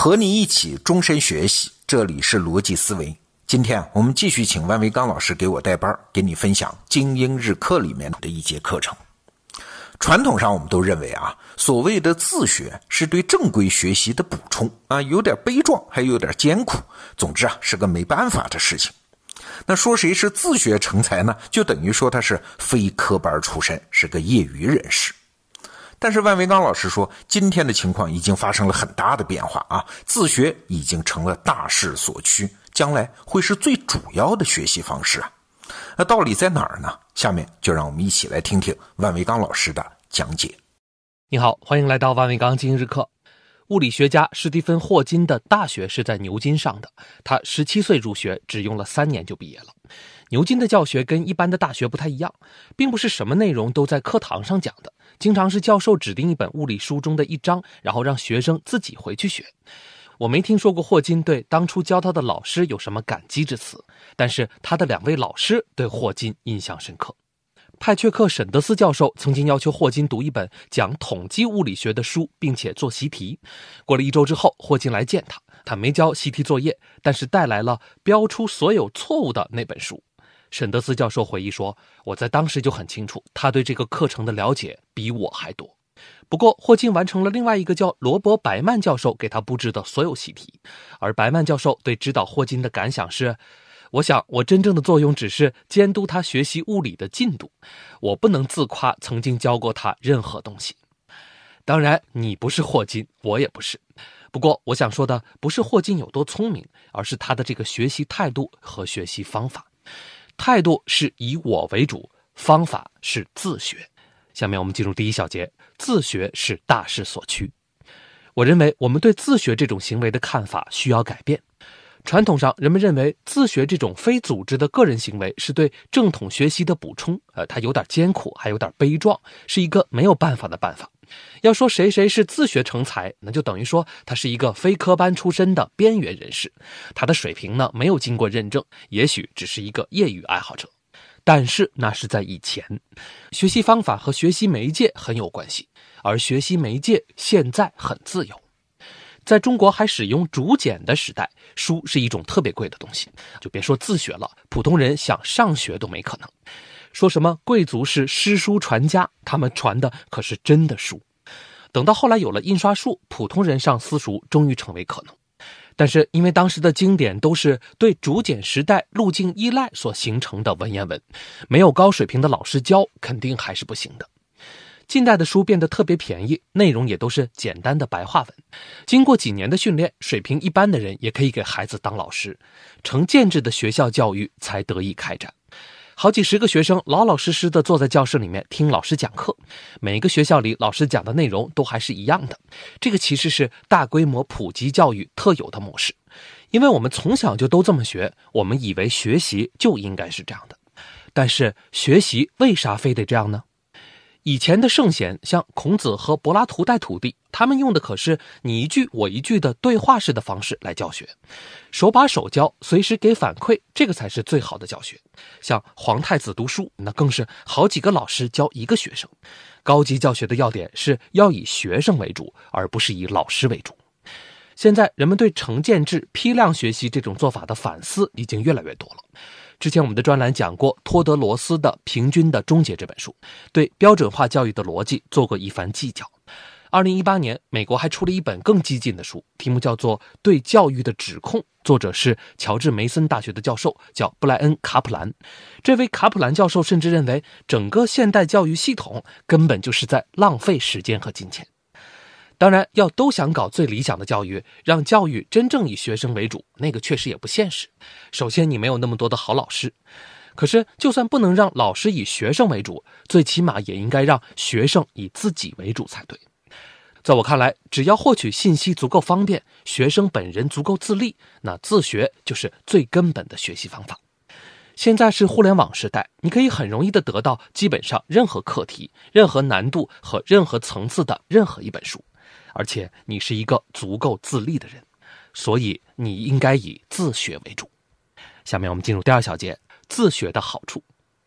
和你一起终身学习，这里是逻辑思维。今天我们继续请万维刚老师给我带班，给你分享精英日课里面的一节课程。传统上我们都认为所谓的自学是对正规学习的补充有点悲壮，还有点艰苦，总之是个没办法的事情。那说谁是自学成才呢，就等于说他是非科班出身，是个业余人士。但是万维刚老师说，今天的情况已经发生了很大的变化自学已经成了大势所趋，将来会是最主要的学习方式那道理在哪儿呢？下面就让我们一起来听听万维刚老师的讲解。 你好，欢迎来到万维刚精英日课。物理学家史蒂芬·霍金的大学是在牛津上的，他17岁入学，只用了3年就毕业了。牛津的教学跟一般的大学不太一样，并不是什么内容都在课堂上讲的，经常是教授指定一本物理书中的一章，然后让学生自己回去学。我没听说过霍金对当初教他的老师有什么感激之词，但是他的2位老师对霍金印象深刻。派却克·沈德斯教授曾经要求霍金读一本讲统计物理学的书，并且做习题。过了1周之后，霍金来见他，他没交习题作业，但是带来了标出所有错误的那本书。沈德斯教授回忆说，我在当时就很清楚，他对这个课程的了解比我还多。不过霍金完成了另外一个叫罗伯·白曼教授给他布置的所有习题，而白曼教授对指导霍金的感想是，我想我真正的作用只是监督他学习物理的进度，我不能自夸曾经教过他任何东西。当然你不是霍金，我也不是，不过我想说的不是霍金有多聪明，而是他的这个学习态度和学习方法。态度是以我为主，方法是自学。下面我们进入第一小节，自学是大势所趋。我认为我们对自学这种行为的看法需要改变。传统上人们认为自学这种非组织的个人行为是对正统学习的补充，它有点艰苦，还有点悲壮，是一个没有办法的办法。要说谁是自学成才，那就等于说他是一个非科班出身的边缘人士，他的水平呢没有经过认证，也许只是一个业余爱好者。但是那是在以前，学习方法和学习媒介很有关系，而学习媒介现在很自由。在中国还使用竹简的时代，书是一种特别贵的东西，就别说自学了，普通人想上学都没可能。说什么贵族是诗书传家，他们传的可是真的书。等到后来有了印刷术，普通人上私塾终于成为可能。但是因为当时的经典都是对竹简时代路径依赖所形成的文言文，没有高水平的老师教，肯定还是不行的。近代的书变得特别便宜，内容也都是简单的白话文。经过几年的训练，水平一般的人也可以给孩子当老师，成建制的学校教育才得以开展。好几十个学生老老实实地坐在教室里面听老师讲课，每个学校里老师讲的内容都还是一样的。这个其实是大规模普及教育特有的模式，因为我们从小就都这么学，我们以为学习就应该是这样的。但是学习为啥非得这样呢？以前的圣贤像孔子和柏拉图带徒弟，他们用的可是你一句我一句的对话式的方式来教学，手把手教，随时给反馈，这个才是最好的教学。像皇太子读书，那更是好几个老师教一个学生。高级教学的要点是要以学生为主，而不是以老师为主。现在人们对成建制批量学习这种做法的反思已经越来越多了。之前我们的专栏讲过托德罗斯的《平均的终结》这本书，对标准化教育的逻辑做过一番计较。2018年，美国还出了一本更激进的书，题目叫做《对教育的指控》，作者是乔治梅森大学的教授，叫布莱恩·卡普兰。这位卡普兰教授甚至认为，整个现代教育系统根本就是在浪费时间和金钱。当然，要都想搞最理想的教育，让教育真正以学生为主，那个确实也不现实。首先，你没有那么多的好老师。可是，就算不能让老师以学生为主，最起码也应该让学生以自己为主才对。在我看来，只要获取信息足够方便，学生本人足够自立，那自学就是最根本的学习方法。现在是互联网时代，你可以很容易地得到基本上任何课题、任何难度和任何层次的任何一本书。而且你是一个足够自立的人，所以你应该以自学为主。下面我们进入第2小节，自学的好处。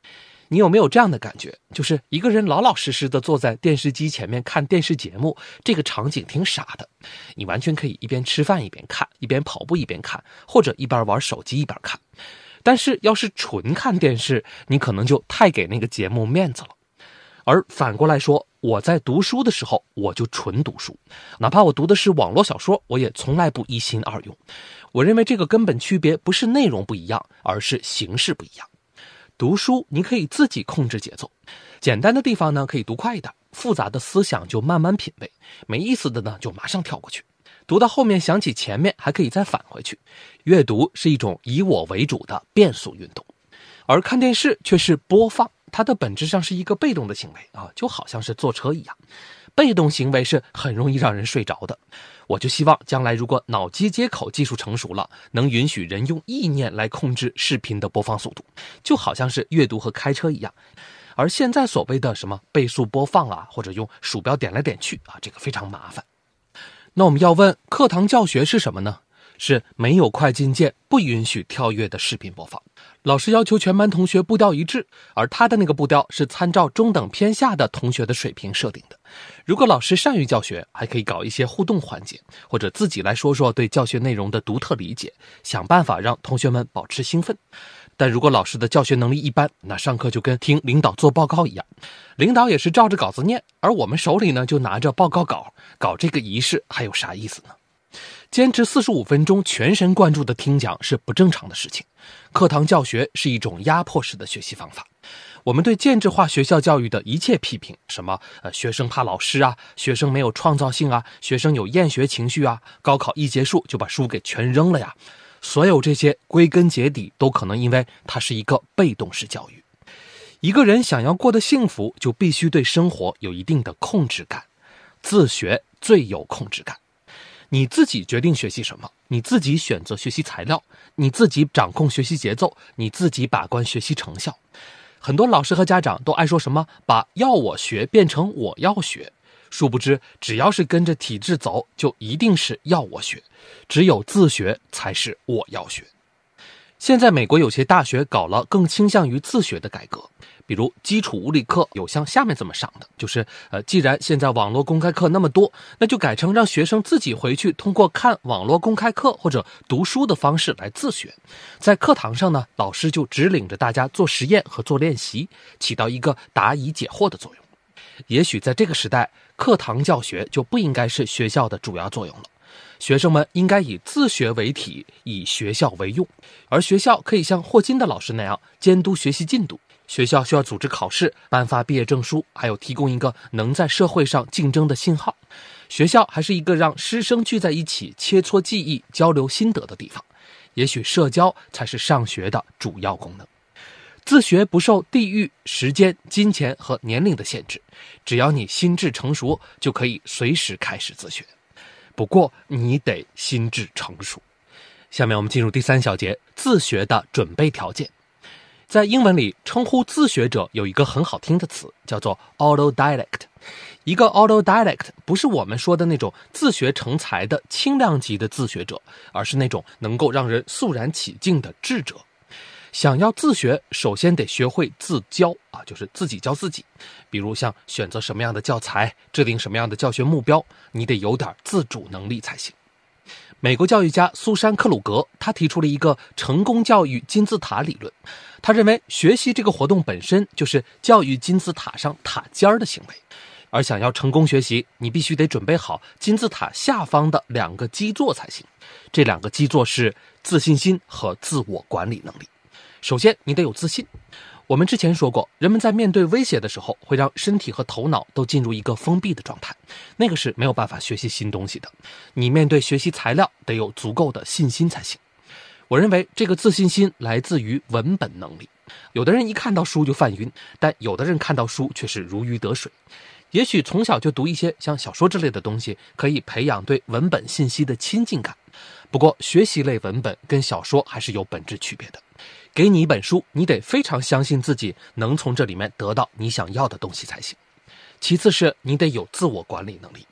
你有没有这样的感觉，就是一个人老老实实的坐在电视机前面看电视节目，这个场景挺傻的，你完全可以一边吃饭一边看，一边跑步一边看，或者一边玩手机一边看。但是要是纯看电视，你可能就太给那个节目面子了。而反过来说，我在读书的时候，我就纯读书，哪怕我读的是网络小说，我也从来不一心二用。我认为这个根本区别不是内容不一样，而是形式不一样。读书你可以自己控制节奏，简单的地方呢可以读快一点，复杂的思想就慢慢品味，没意思的呢就马上跳过去。读到后面想起前面还可以再返回去。阅读是一种以我为主的变速运动，而看电视却是播放，它的本质上是一个被动的行为啊，就好像是坐车一样。被动行为是很容易让人睡着的。我就希望将来如果脑机接口技术成熟了，能允许人用意念来控制视频的播放速度，就好像是阅读和开车一样。而现在所谓的什么倍速播放啊，或者用鼠标点来点去啊，这个非常麻烦。那我们要问，课堂教学是什么呢？是没有快进键，不允许跳跃的视频播放。老师要求全班同学步调一致，而他的那个步调是参照中等偏下的同学的水平设定的。如果老师善于教学，还可以搞一些互动环节，或者自己来说说对教学内容的独特理解，想办法让同学们保持兴奋。但如果老师的教学能力一般，那上课就跟听领导做报告一样，领导也是照着稿子念，而我们手里呢就拿着报告稿，搞这个仪式还有啥意思呢？坚持45分钟全神贯注的听讲是不正常的事情。课堂教学是一种压迫式的学习方法。我们对建制化学校教育的一切批评，什么学生怕老师啊，学生没有创造性啊，学生有厌学情绪啊，高考一结束就把书给全扔了呀，所有这些归根结底都可能因为它是一个被动式教育。一个人想要过得幸福，就必须对生活有一定的控制感。自学最有控制感。你自己决定学习什么，你自己选择学习材料，你自己掌控学习节奏，你自己把关学习成效。很多老师和家长都爱说什么把要我学变成我要学，殊不知只要是跟着体制走，就一定是要我学，只有自学才是我要学。现在美国有些大学搞了更倾向于自学的改革，比如基础物理课有像下面这么上的，就是既然现在网络公开课那么多，那就改成让学生自己回去通过看网络公开课或者读书的方式来自学。在课堂上呢，老师就指领着大家做实验和做练习，起到一个答疑解惑的作用。也许在这个时代，课堂教学就不应该是学校的主要作用了。学生们应该以自学为体，以学校为用，而学校可以像霍金的老师那样监督学习进度。学校需要组织考试，颁发毕业证书，还有提供一个能在社会上竞争的信号。学校还是一个让师生聚在一起切磋技艺、交流心得的地方。也许社交才是上学的主要功能。自学不受地域、时间、金钱和年龄的限制，只要你心智成熟，就可以随时开始自学。不过你得心智成熟。下面我们进入第3小节，自学的准备条件。在英文里，称呼自学者有一个很好听的词，叫做 autodidact。 一个 autodidact 不是我们说的那种自学成才的轻量级的自学者，而是那种能够让人肃然起敬的智者。想要自学，首先得学会自教啊，就是自己教自己。比如像选择什么样的教材，制定什么样的教学目标，你得有点自主能力才行。美国教育家苏珊·克鲁格，他提出了一个成功教育金字塔理论。他认为学习这个活动本身就是教育金字塔上塔尖的行为，而想要成功学习，你必须得准备好金字塔下方的2个基座才行。这2个基座是自信心和自我管理能力。首先你得有自信。我们之前说过，人们在面对威胁的时候，会让身体和头脑都进入一个封闭的状态，那个是没有办法学习新东西的。你面对学习材料得有足够的信心才行。我认为这个自信心来自于文本能力。有的人一看到书就犯晕，但有的人看到书却是如鱼得水。也许从小就读一些像小说之类的东西，可以培养对文本信息的亲近感。不过学习类文本跟小说还是有本质区别的。给你一本书，你得非常相信自己能从这里面得到你想要的东西才行。其次是你得有自我管理能力。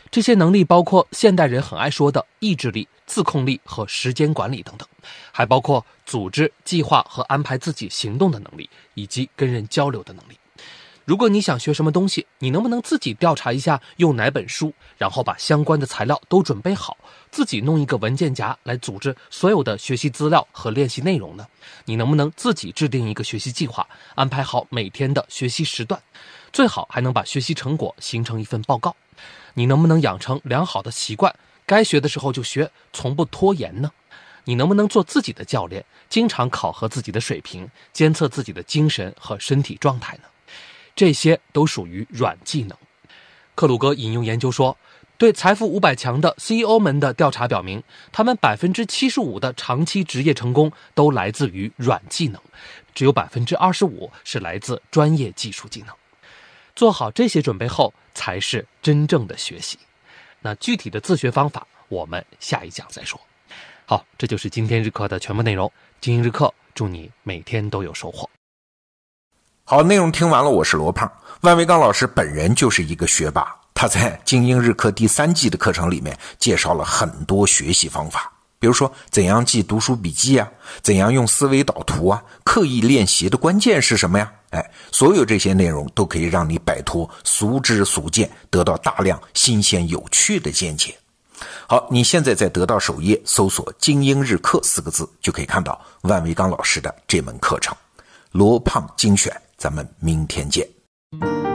这些能力包括现代人很爱说的意志力、自控力和时间管理等等，还包括组织、计划和安排自己行动的能力，以及跟人交流的能力。如果你想学什么东西，你能不能自己调查一下用哪本书，然后把相关的材料都准备好，自己弄一个文件夹来组织所有的学习资料和练习内容呢？你能不能自己制定一个学习计划，安排好每天的学习时段，最好还能把学习成果形成一份报告？你能不能养成良好的习惯，该学的时候就学，从不拖延呢？你能不能做自己的教练，经常考核自己的水平，监测自己的精神和身体状态呢？这些都属于软技能。克鲁格引用研究说，对财富500强的 CEO 们的调查表明，他们 75% 的长期职业成功都来自于软技能，只有 25% 是来自专业技术技能。做好这些准备后，才是真正的学习。那具体的自学方法，我们下一讲再说。好，这就是今天日课的全部内容。精英日课，祝你每天都有收获。 好，内容听完了，我是罗胖。万维钢老师本人就是一个学霸，他在精英日课第3季的课程里面介绍了很多学习方法，比如说怎样记读书笔记啊，怎样用思维导图啊，刻意练习的关键是什么呀？所有这些内容都可以让你摆脱俗知俗见，得到大量新鲜有趣的见解。好，你现在在得到首页搜索精英日课4个字，就可以看到万维钢老师的这门课程罗胖精选。咱们明天见。